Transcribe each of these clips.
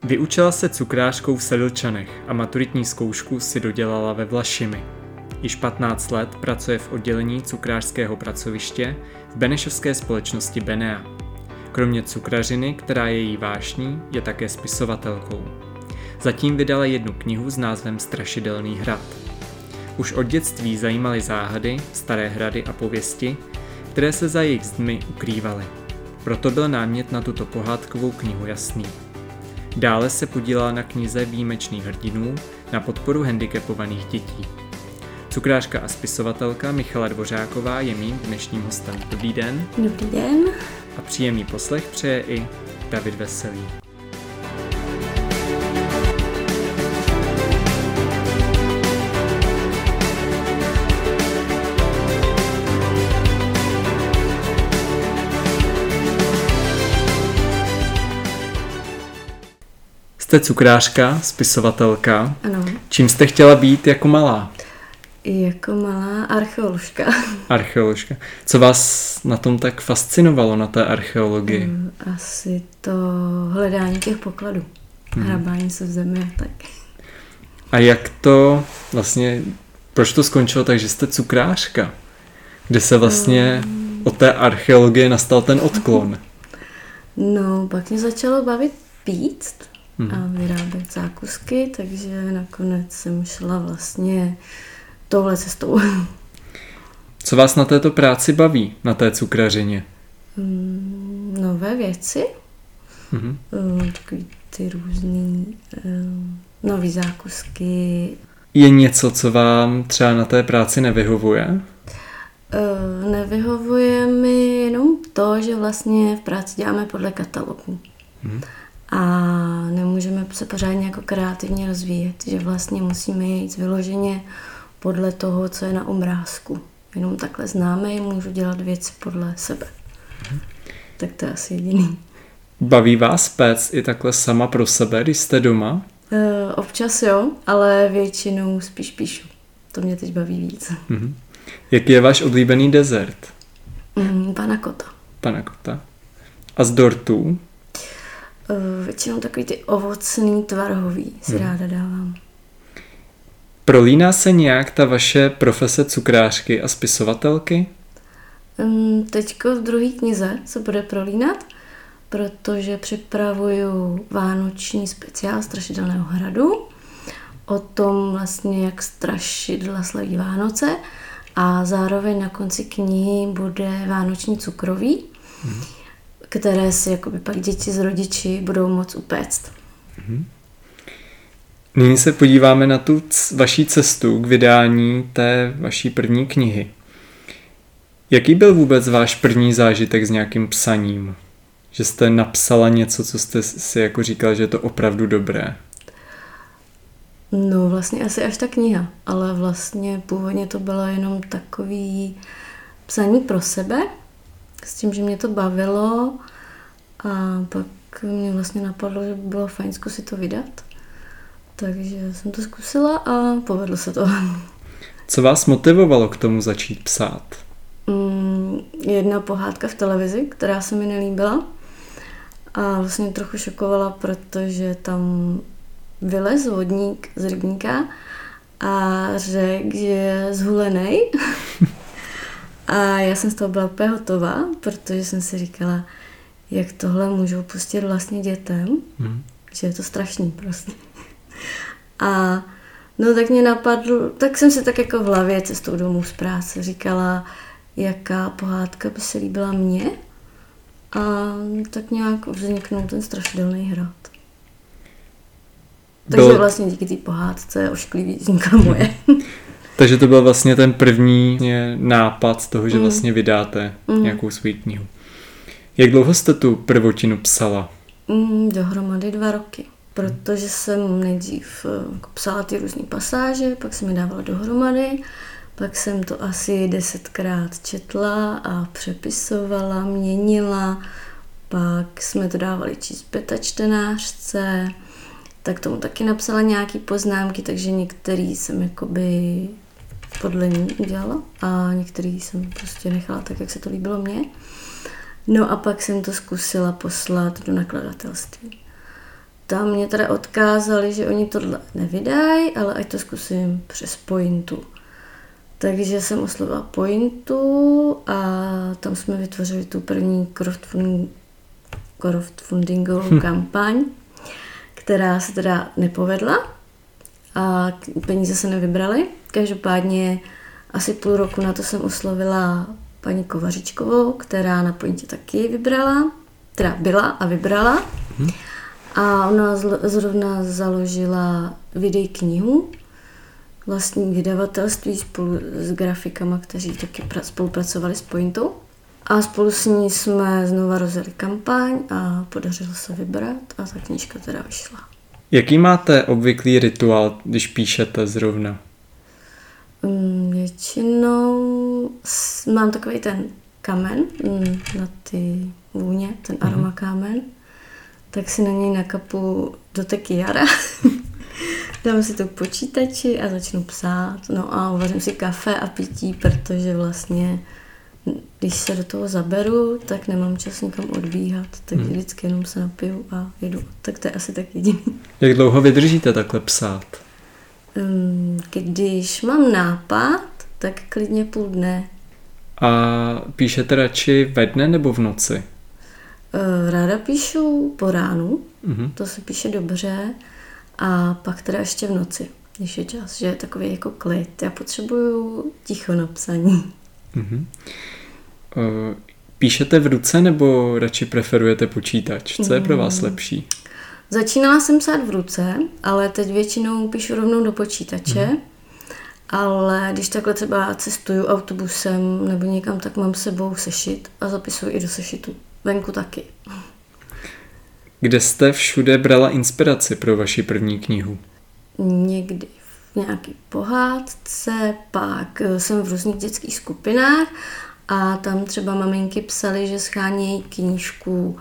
Vyučila se cukrářkou v Sedlčanech a maturitní zkoušku si dodělala ve Vlašimi. Již 15 let pracuje v oddělení cukrářského pracoviště v benešovské společnosti Benea. Kromě cukrařiny, která je její vášní, je také spisovatelkou. Zatím vydala jednu knihu s názvem Strašidelný hrad. Už od dětství zajímaly záhady, staré hrady a pověsti, které se za jejich zdmi ukrývaly. Proto byl námět na tuto pohádkovou knihu jasný. Dále se podílela na knize Výjimečných hrdinů na podporu handicapovaných dětí. Cukrářka a spisovatelka Michala Dvořáková je mým dnešním hostem. Dobrý den. Dobrý den. A příjemný poslech přeje i David Veselý. Jste cukrářka, spisovatelka. Ano. Čím jste chtěla být jako malá? Jako malá archeoložka. Archeoložka. Co vás na tom tak fascinovalo, na té archeologii? Asi to hledání těch pokladů. Hrabání se v zemi a tak. A jak to vlastně, proč to skončilo tak, že jste cukrářka? Kde se vlastně od té archeologie nastal ten odklon? No, pak mě začalo bavit píct a vyrábět zákusky, takže nakonec jsem šla vlastně touhle cestou. Co vás na této práci baví, na té cukrařině? Nové věci. Takový ty různý nový zákusky. Je něco, co vám třeba na té práci nevyhovuje? Nevyhovuje mi jenom to, že vlastně v práci děláme podle katalogu. A nemůžeme se pořádně jako kreativně rozvíjet, že vlastně musíme jít vyloženě podle toho, co je na obrázku. Jenom takhle známe, můžu dělat věci podle sebe. Tak to je asi jediný. Baví vás péct i takhle sama pro sebe, když jste doma? Občas jo, ale většinou spíš píšu. To mě teď baví víc. Jaký je váš oblíbený dezert? Panna cotta. Panna cotta. A z dortů? Většinou takový ty ovocný, tvarhový si ráda dávám. Prolíná se nějak ta vaše profese cukrářky a spisovatelky? Teďko v druhé knize se bude prolínat, protože připravuju vánoční speciál Strašidelného hradu o tom vlastně, jak strašidla slaví Vánoce a zároveň na konci knihy bude vánoční cukroví, které si jakoby pak děti s rodiči budou moct upéct. Nyní se podíváme na tu vaší cestu k vydání té vaší první knihy. Jaký byl vůbec váš první zážitek s nějakým psaním? Že jste napsala něco, co jste si jako říkala, že je to opravdu dobré? No vlastně asi až ta kniha, ale vlastně původně to bylo jenom takový psaní pro sebe, s tím, že mě to bavilo a pak mě vlastně napadlo, že by bylo fajn zkusit to vydat. Takže jsem to zkusila a povedlo se to. Co vás motivovalo k tomu začít psát? Jedna pohádka v televizi, která se mi nelíbila a vlastně trochu šokovala, protože tam vylez vodník z rybníka a řekl, že je zhulenej. A já jsem z toho byla úplně hotová, protože jsem si říkala, jak tohle můžou pustit vlastně dětem, že je to strašný prostě. A no tak mě napadlo, tak jsem si tak jako v hlavě cestou domů z práce říkala, jaká pohádka by se líbila mně a tak nějak vzniknul ten Strašidelný hrad. Takže vlastně díky té pohádce ošklivý vznikla moje. Takže to byl vlastně ten první nápad z toho, že vlastně vydáte nějakou svou knihu. Jak dlouho jste tu prvotinu psala? Dohromady 2 roky. Protože jsem nejdřív psala ty různé pasáže, pak jsem je dávala dohromady, pak jsem to asi 10krát četla a přepisovala, měnila, pak jsme to dávali číst beta čtenářce, tak tomu taky napsala nějaký poznámky, takže některý jsem jakoby podle ní udělala a některý jsem prostě nechala tak, jak se to líbilo mně. No a pak jsem to zkusila poslat do nakladatelství. tam mě teda odkázali, že oni tohle nevydají, ale ať to zkusím přes Pointu. Takže jsem oslovila Pointu a tam jsme vytvořili tu první crowdfundingovou kampaň, která se teda nepovedla a peníze se nevybraly. Každopádně asi půl roku na to jsem oslovila paní Kovaříčkovou, která na Pointě taky vybrala, teda byla a vybrala. A ona zrovna založila videoknihu, vlastní vydavatelství spolu s grafikama, kteří taky spolupracovali s Pointou. A spolu s ní jsme znova rozjeli kampaň a podařilo se vybrat a ta knížka teda vyšla. Jaký máte obvyklý rituál, když píšete zrovna? Většinou mám takový ten kamen na ty vůně, ten aromakámen, tak si na něj nakapu do tekyjara. Dám si to k počítači a začnu psát. No a uvařím si kafe a pití, protože vlastně, když se do toho zaberu, tak nemám čas nikam odbíhat, takže vždycky jenom se napiju a jedu. Tak to je asi tak jediný. Jak dlouho vydržíte takhle psát? Když mám nápad, tak klidně půl dne. A píšete radši ve dne nebo v noci? Ráda píšu po ránu, to se píše dobře, a pak teda ještě v noci, když je čas, že je takový jako klid. Já potřebuju ticho na psaní. Píšete v ruce nebo radši preferujete počítač? Co je pro vás lepší? Začínala jsem psát v ruce, ale teď většinou píšu rovnou do počítače, ale když takhle třeba cestuju autobusem nebo někam, tak mám s sebou sešit a zapisuju i do sešitu. Venku taky. Kde jste všude brala inspiraci pro vaši první knihu? Někdy v nějaký pohádce, pak jsem v různých dětských skupinách a tam třeba maminky psaly, že schánějí knížku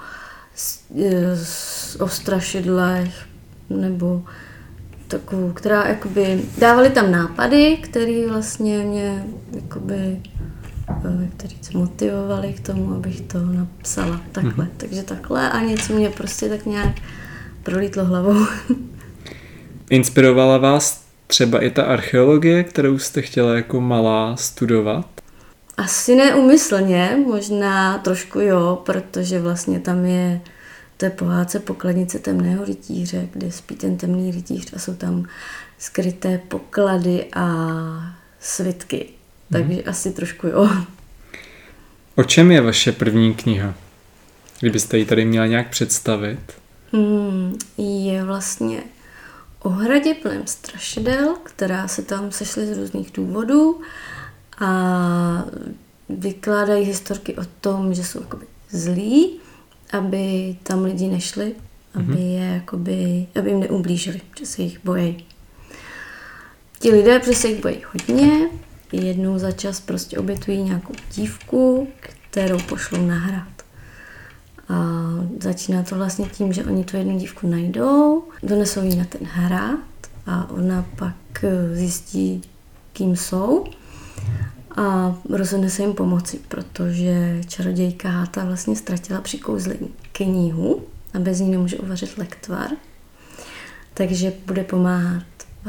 o strašidlech nebo takovou, která jakoby dávali tam nápady, které vlastně mě jakoby který se motivovali k tomu, abych to napsala takhle. Takže takhle a něco mě prostě tak nějak prolítlo hlavou. Inspirovala vás třeba i ta archeologie, kterou jste chtěla jako malá studovat? Asi neúmyslně, možná trošku jo, protože vlastně tam je té pohádce Pokladnice temného rytíře, kde spí ten temný rytíř a jsou tam skryté poklady a svitky. Takže asi trošku jo. O čem je vaše první kniha? Kdybyste ji tady měla nějak představit? Je vlastně o hradě plném strašidel, která se tam sešly z různých důvodů a vykládají historky o tom, že jsou jakoby zlí, aby tam lidi nešli, aby jim neublížili, že se jich bojí. Ti lidé přes se jich bojí hodně, jednou za čas prostě obětují nějakou dívku, kterou pošlou na hrad. A začíná to vlastně tím, že oni tu jednu dívku najdou, donesou ji na ten hrad a ona pak zjistí, kým jsou a rozhodne se jim pomoci, protože čarodějka Háta vlastně ztratila při kouzlení knihu a bez ní nemůže uvařit lektvar, takže bude pomáhat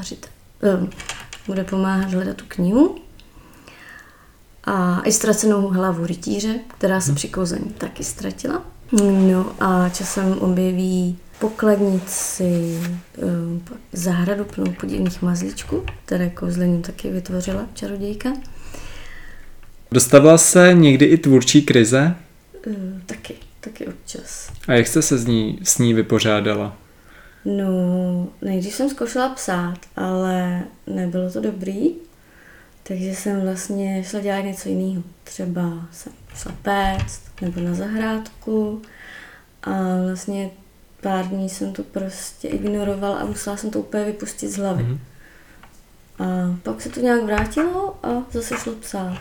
hledat tu knihu a i ztracenou hlavu rytíře, která se při kouzlení taky ztratila. No a časem objeví pokladnici, zahradu plnou podivných mazlíčků, které kouzlením taky vytvořila čarodějka. Dostavila se někdy i tvůrčí krize? Taky občas. A jak jste se s ní vypořádala? No, nejdřív jsem zkoušela psát, ale nebylo to dobrý, takže jsem vlastně šla dělat něco jiného. Třeba jsem šla péct nebo na zahrádku a vlastně pár dní jsem to prostě ignorovala a musela jsem to úplně vypustit z hlavy. A pak se to nějak vrátilo a zase šlo psát.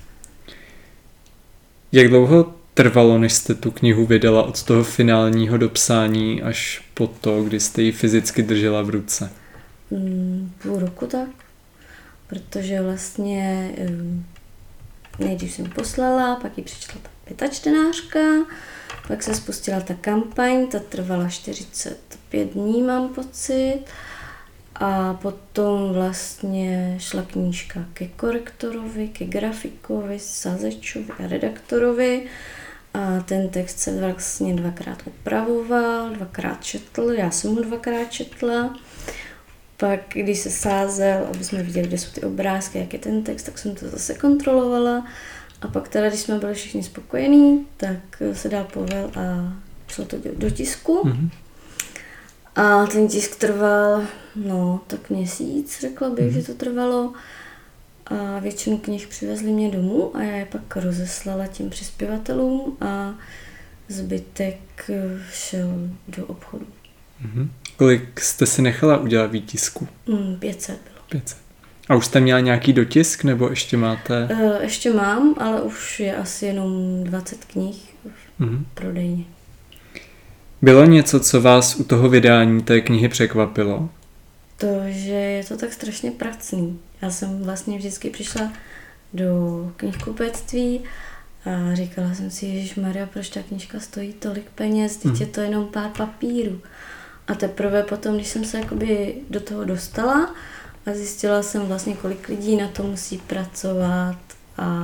Jak dlouho trvalo, než jste tu knihu vydala od toho finálního dopsání až po to, kdy jste ji fyzicky držela v ruce? Půl roku tak, protože vlastně nejdřív jsem ji poslala, pak ji přečetla ta Beta čtenářka, pak se spustila ta kampaň, ta trvala 45 dní, mám pocit. A potom vlastně šla knížka ke korektorovi, ke grafikovi, sazečovi a redaktorovi. A ten text se vlastně 2krát opravoval, 2krát četl, já jsem ho 2krát četla. Pak, když se sázel, aby jsme viděli, kde jsou ty obrázky, jak je ten text, tak jsem to zase kontrolovala. A pak teda, když jsme byli všichni spokojení, tak se dal povel a šlo to do tisku. Mm-hmm. A ten tisk trval, tak měsíc, řekla bych, že to trvalo. A většinu knih přivezli mě domů a já je pak rozeslala těm přispěvatelům a zbytek šel do obchodu. Mm-hmm. Kolik jste si nechala udělat výtisku? 500 bylo. 500. A už jste měla nějaký dotisk, nebo ještě máte? Ještě mám, ale už je asi jenom 20 knih v prodejně. Bylo něco, co vás u toho vydání té knihy překvapilo? To, že je to tak strašně pracný. Já jsem vlastně vždycky přišla do knihkupectví a říkala jsem si, ježišmarja, proč ta knížka stojí tolik peněz, teď je to jenom pár papírů. A teprve potom, když jsem se jakoby do toho dostala a zjistila jsem vlastně, kolik lidí na to musí pracovat a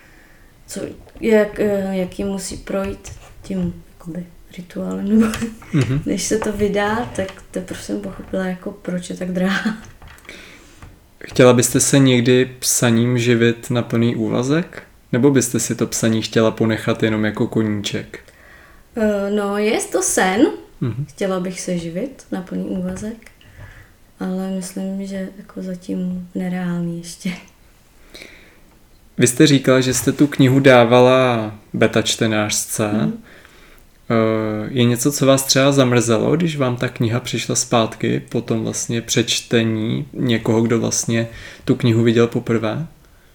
jak jim musí projít tím jakoby rituálem, nebo než se to vydá, tak teprve jsem pochopila, jako proč je tak drahá. Chtěla byste se někdy psaním živit na plný úvazek? Nebo byste si to psaní chtěla ponechat jenom jako koníček? Je to sen. Chtěla bych se živit na plný úvazek, ale myslím, že jako zatím nereálný ještě. Vy jste říkala, že jste tu knihu dávala beta čtenářce. Je něco, co vás třeba zamrzelo, když vám ta kniha přišla zpátky po tom vlastně přečtení někoho, kdo vlastně tu knihu viděl poprvé?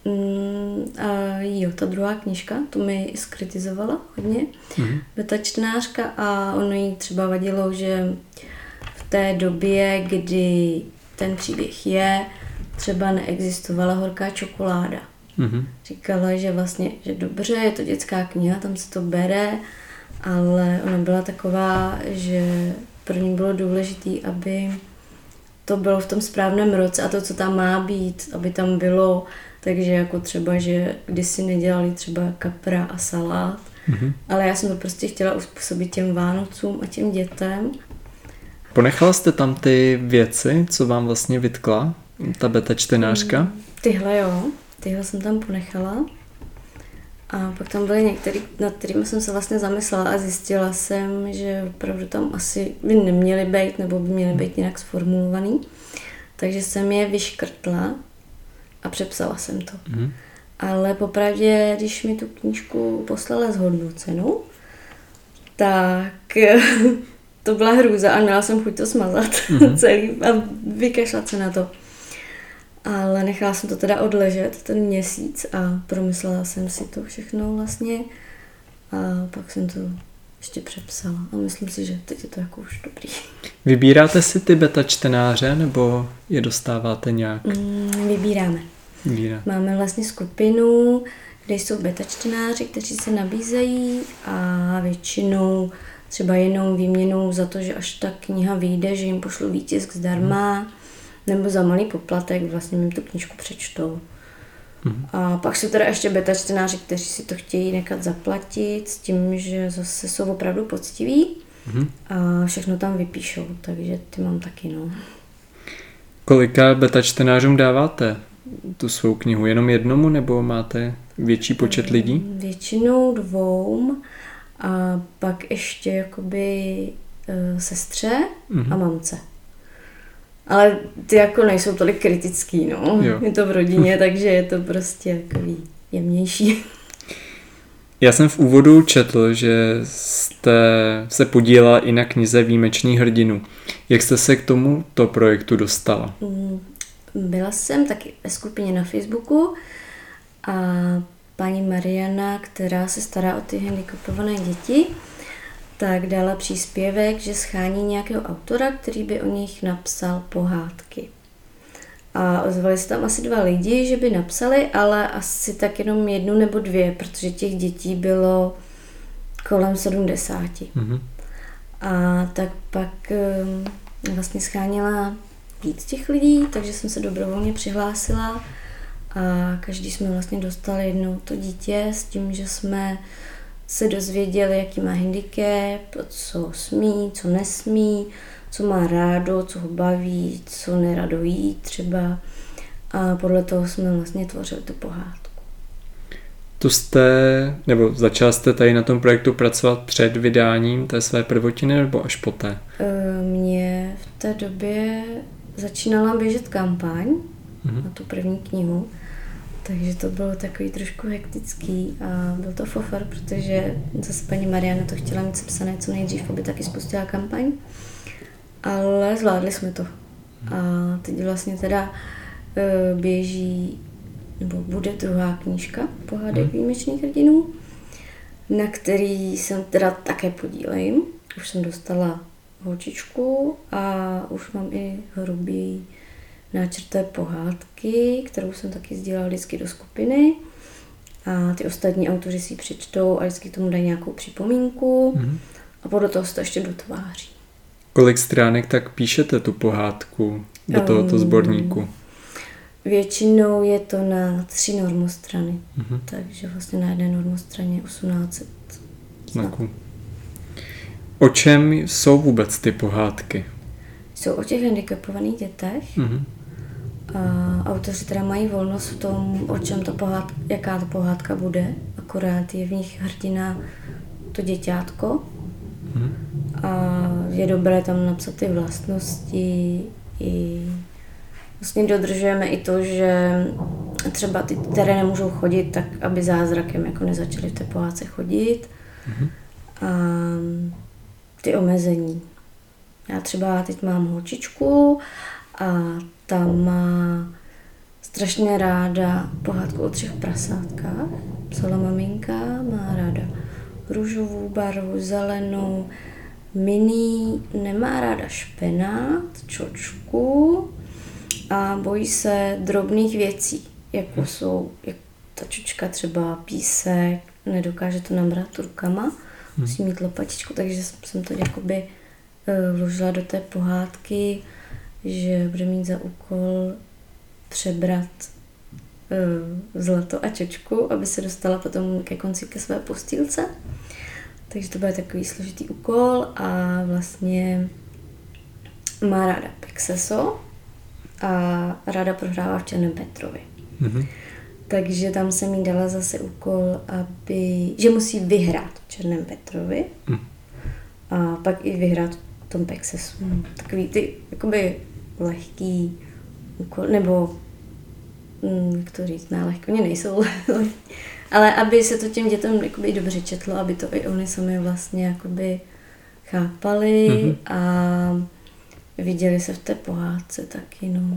Ta druhá knížka, to mi skritizovala hodně, beta čtenářka, a ono jí třeba vadilo, že v té době, kdy ten příběh je, třeba neexistovala horká čokoláda. Říkala, že vlastně, že dobře, je to dětská kniha, tam se to bere, ale ona byla taková, že pro ní bylo důležité, aby to bylo v tom správném roce a to, co tam má být, aby tam bylo, takže jako třeba, že kdysi nedělali třeba kapra a salát, ale já jsem to prostě chtěla uspůsobit těm Vánocům a těm dětem. Ponechala jste tam ty věci, co vám vlastně vytkla ta beta čtenářka? Tyhle jsem tam ponechala. A pak tam byly některý, nad kterými jsem se vlastně zamyslela a zjistila jsem, že opravdu tam asi by neměly být, nebo by měly být nějak sformulovaný. Takže jsem je vyškrtla a přepsala jsem to. Ale popravdě, když mi tu knížku poslala zhodnocenou, tak to byla hrůza a měla jsem chuť to smazat celý a vykašlat se na to. Ale nechala jsem to teda odležet ten měsíc a promyslela jsem si to všechno vlastně a pak jsem to ještě přepsala a myslím si, že teď je to jako už dobrý. Vybíráte si ty beta čtenáře nebo je dostáváte nějak? Vybíráme. Máme vlastně skupinu, kde jsou beta čtenáři, kteří se nabízejí a většinou třeba jenom výměnou za to, že až ta kniha vyjde, že jim pošlu výtisk zdarma, nebo za malý poplatek vlastně jim tu knížku přečtou. A pak jsou teda ještě beta čtenáři, kteří si to chtějí nechat zaplatit s tím, že zase jsou opravdu poctiví a všechno tam vypíšou, takže ty mám taky, Kolika beta čtenářům dáváte tu svou knihu? Jenom jednomu nebo máte větší počet lidí? Většinou 2 a pak ještě jakoby sestře a mamce. Ale ty jako nejsou tolik kritický, Je to v rodině, takže je to prostě takový jemnější. Já jsem v úvodu četl, že jste se podílela i na knize Výjimečný hrdinu. Jak jste se k tomuto projektu dostala? Byla jsem taky ve skupině na Facebooku a paní Mariana, která se stará o ty handicapované děti, tak dala příspěvek, že schání nějakého autora, který by o nich napsal pohádky. A ozvali se tam asi 2 lidi, že by napsali, ale asi tak jenom 1 nebo 2, protože těch dětí bylo kolem 70. Mm-hmm. A tak pak vlastně scháněla víc těch lidí, takže jsem se dobrovolně přihlásila a každý jsme vlastně dostali jednou to dítě s tím, že jsme se dozvěděli, jaký má handicap, co smí, co nesmí, co má rádo, co ho baví, co nerado jí třeba. A podle toho jsme vlastně tvořili tu pohádku. Začala jste tady na tom projektu pracovat před vydáním té své prvotiny nebo až poté? Mně v té době začínala běžet kampaň na tu první knihu, takže to bylo takový trošku hektický a byl to fofor, protože zase paní Mariana to chtěla mít sepsané co nejdřív, aby taky spustila kampaň, ale zvládli jsme to. A teď vlastně teda běží, nebo bude 2. knížka pohádek výjimečných hrdinů, na který jsem teda také podílím. Už jsem dostala holčičku a už mám i hrubý náčrt té pohádky, kterou jsem taky sdílela vždycky do skupiny. A ty ostatní autoři si ji přečtou a vždycky tomu dají nějakou připomínku a podle toho se to ještě dotváří. Kolik stránek tak píšete tu pohádku do tohoto sborníku? Většinou je to na 3 normostrany, takže vlastně na jedné normostraně 1800 znaků. O čem jsou vůbec ty pohádky? Jsou o těch handicapovaných dětech. A autoři teda mají volnost v tom, o čem jaká ta pohádka bude, akorát je v nich hrdina to děťátko. A je dobré tam napsat ty vlastnosti i vlastně dodržujeme i to, že třeba ty, které nemůžou chodit, tak aby zázrakem jako nezačaly v té pohádce chodit. A ty omezení. Já třeba teď mám holčičku a ta má strašně ráda pohádku o 3 prasátkách. Psala maminka, má ráda růžovou barvu, zelenou, mini, nemá ráda špenát, čočku a bojí se drobných věcí, jako jsou, jak ta čočka třeba písek, nedokáže to nabrat rukama, musí mít lopatičku, takže jsem to jakoby vložila do té pohádky, že bude mít za úkol přebrat zlato a čočku, aby se dostala potom ke konci ke své postýlce. Takže to bude takový složitý úkol a vlastně má ráda Pexeso a ráda prohrává v Černém Petrovi. Takže tam jsem jí dala zase úkol, že musí vyhrát v Černém Petrovi a pak i vyhrát v tom Pexesu. Takový ty jakoby lehký úkol, nebo jak to říct, lehko, oni nejsou lehký, ale aby se to těm dětem jakoby dobře četlo, aby to i oni sami vlastně jakoby chápali a viděli se v té pohádce taky, no.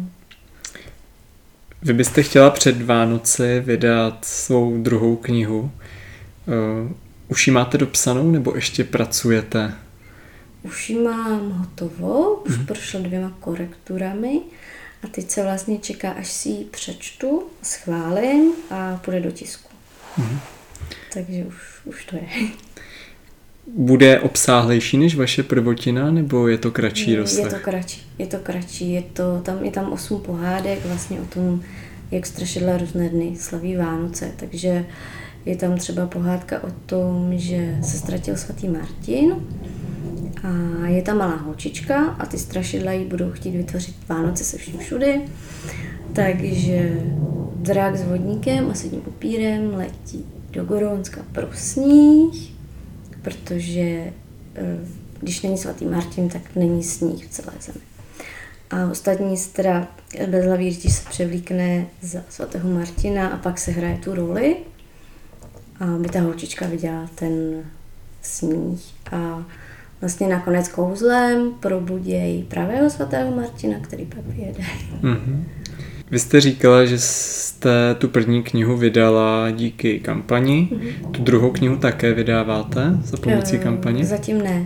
Vy byste chtěla před Vánoci vydat svou 2. knihu. Už ji máte dopsanou, nebo ještě pracujete? Už ji mám hotovou, už prošla 2 korekturami a teď se vlastně čeká, až si ji přečtu, schválím a půjde do tisku. Takže už to je. Bude obsáhlejší než vaše prvotina, nebo je to kratší rozsah? Je to kratší. Je tam 8 pohádek vlastně o tom, jak strašidla různé dny slaví Vánoce. Takže je tam třeba pohádka o tom, že se ztratil svatý Martin a je tam malá holčička a ty strašidla jí budou chtít vytvořit Vánoce se vším všudy. Takže drak s vodníkem a s jedním upírem letí do Gorónska pro sníh, protože když není svatý Martin, tak není sníh v celé zemi. A ostatní teda bezhlavý rytíř se převlíkne za svatého Martina a pak se hraje tu roli, aby ta holčička viděla ten sníh. A vlastně nakonec kouzlem probudějí pravého svatého Martina, který pak vyjede. Vy jste říkala, že jste tu první knihu vydala díky kampani. Tu 2. knihu také vydáváte za pomocí kampaně? Zatím ne.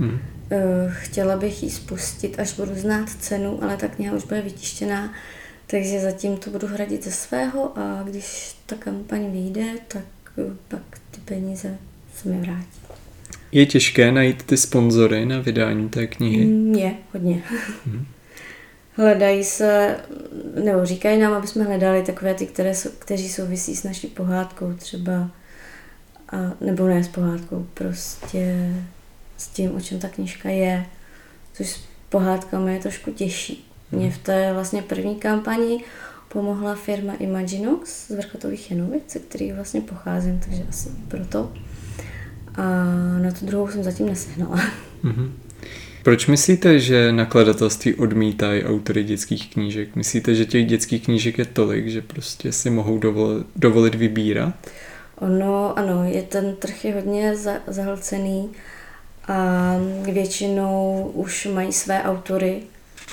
Chtěla bych ji spustit, až budu znát cenu, ale ta kniha už bude vytištěná, Takže zatím to budu hradit ze svého a když ta kampaň vyjde, tak pak ty peníze se mi vrátí. Je těžké najít ty sponzory na vydání té knihy? Je, hodně. Hledají se, nebo říkají nám, aby jsme hledali takové ty, kteří souvisí s naší pohádkou třeba, nebo ne s pohádkou, prostě s tím, o čem ta knížka je, což s pohádkami je trošku těžší. Mně v té vlastně první kampani pomohla firma Imaginox z Vrchotových Janovic, ze kterých vlastně pocházím, takže asi proto. A na tu druhou jsem zatím nesehnala. Proč myslíte, že nakladatelství odmítají autory dětských knížek? Myslíte, že těch knížek je tolik, že prostě si mohou dovolit vybírat? Ano, ten trh je hodně zahlcený a většinou už mají své autory,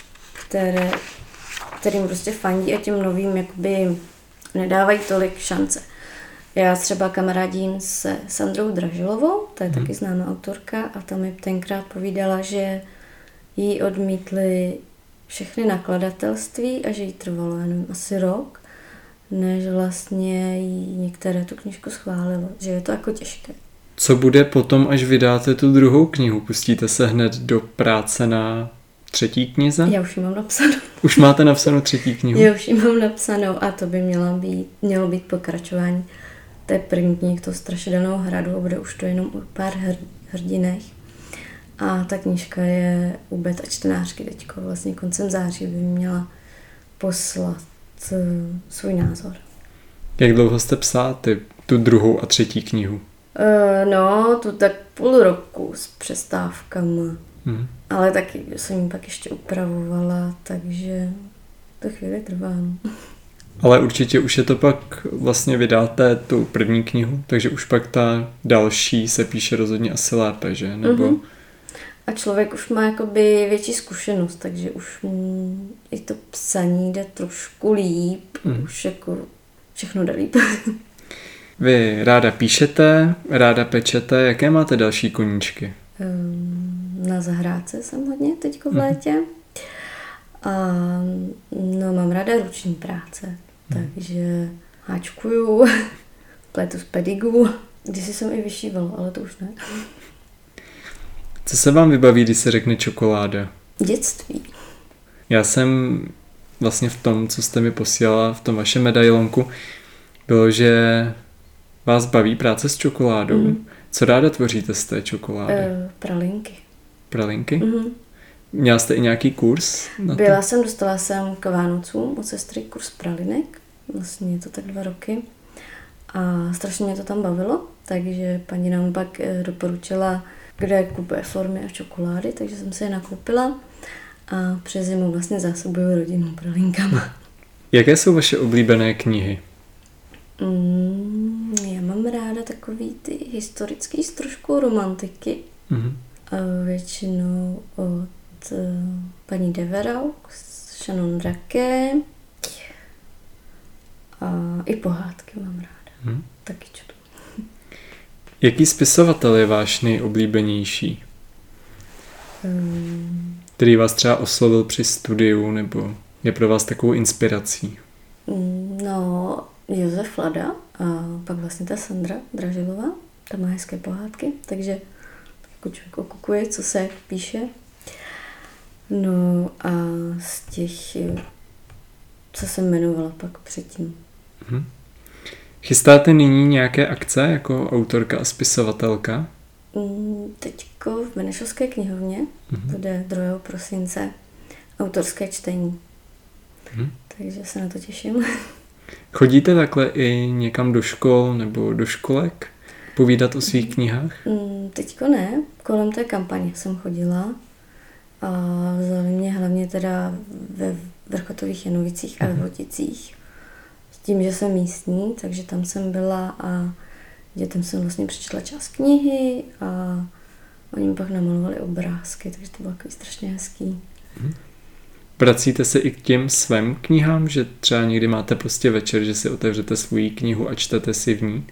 kterým prostě fandí a těm novým jakoby nedávají tolik šance. Já třeba kamarádím se Sandrou Dražilovou, to je taky známá autorka a ta mi tenkrát povídala, že jí odmítli všechny nakladatelství a že jí trvalo jenom asi rok, než vlastně jí některé tu knížku schválilo, že je to jako těžké. Co bude potom, až vydáte tu druhou knihu? Pustíte se hned do práce na třetí knize? Já už ji mám napsanou. Už máte napsanou třetí knihu? Já už ji mám napsanou a to by mělo být pokračování té první knihy, toho Strašidelného hradu a bude už to jenom o pár hrdinech. A ta knížka je u beta čtenářky teďko, vlastně koncem září by měla poslat svůj názor. Jak dlouho jste psala tu druhou a třetí knihu? Tu tak půl roku s přestávkama. Ale taky jsem ji pak ještě upravovala, takže to chvíli trvá. Ale určitě už je to pak vlastně vydáte tu první knihu, takže už pak ta další se píše rozhodně asi lépe, že? Nebo... A člověk už má jakoby větší zkušenost, takže už i to psaní jde trošku líp, už jako všechno jde líp. Vy ráda píšete, ráda pečete, jaké máte další koníčky? Na zahrádce jsem hodně teďko v létě. A mám ráda ruční práce, takže háčkuju, pletu z pedigu. Kdysi jsem i vyšívala, ale to už ne. Co se vám vybaví, když se řekne čokoláda? Dětství. Já jsem vlastně v tom, co jste mi posílala, v tom vašem medailonku, bylo, že vás baví práce s čokoládou. Co ráda tvoříte z té čokolády? Pralinky. Pralinky? Měla jste i nějaký kurz? Dostala jsem k Vánocům od sestry kurz pralinek. Vlastně je to tak 2 roky. A strašně mě to tam bavilo, takže paní nám pak doporučila, kde kupuje formy a čokolády, takže jsem se je nakoupila a přes zimu vlastně zásobuju rodinu pralinkama. Jaké jsou vaše oblíbené knihy? Já mám ráda takový ty historický s trošku romantiky. A většinou od paní Deveraux, Shannon Drake a i pohádky mám ráda. Taky čtu. Jaký spisovatel je váš nejoblíbenější? Který vás třeba oslovil při studiu nebo je pro vás takovou inspirací? Josef Lada a pak vlastně ta Sandra Dražilová, ta má hezké pohádky, takže jako člověk okukuje, co se píše. No a z těch, co jsem jmenovala pak předtím. Chystáte nyní nějaké akce jako autorka a spisovatelka? Teďko v Benešovské knihovně bude 2. prosince autorské čtení. Takže se na to těším. Chodíte takhle i někam do škol nebo do školek povídat o svých knihách? Teďko ne, kolem té kampaně jsem chodila a vzali mě hlavně teda ve Vrchotových Janovicích a ve Voticích. S tím, že jsem místní, takže tam jsem byla a dětem jsem vlastně přečetla část knihy a oni mi pak namalovali obrázky, takže to bylo takový strašně hezký. Vracíte se i k těm svým knihám, že třeba někdy máte prostě večer, že si otevřete svou knihu a čtete si v ní?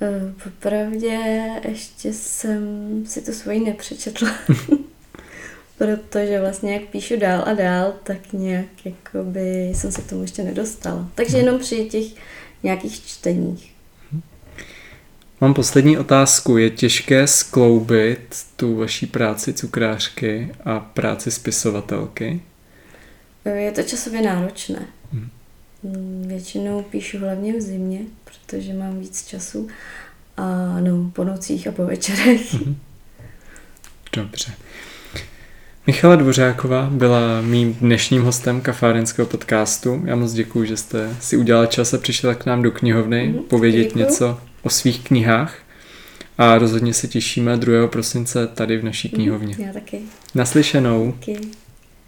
Popravdě ještě jsem si to svoji nepřečetla. protože vlastně jak píšu dál a dál, tak nějak jakoby jsem se k tomu ještě nedostala. Takže jenom při těch nějakých čteních. Mám poslední otázku. Je těžké skloubit tu vaší práci cukrářky a práci spisovatelky? Je to časově náročné. Většinou píšu hlavně v zimě, protože mám víc času. A no, po nocích a po večerech. Dobře. Michala Dvořáková byla mým dnešním hostem Kafárenského podcastu. Já moc děkuju, že jste si udělala čas a přišla k nám do knihovny povědět něco o svých knihách. A rozhodně se těšíme 2. prosince tady v naší knihovně. Já taky. Naslyšenou. Taky.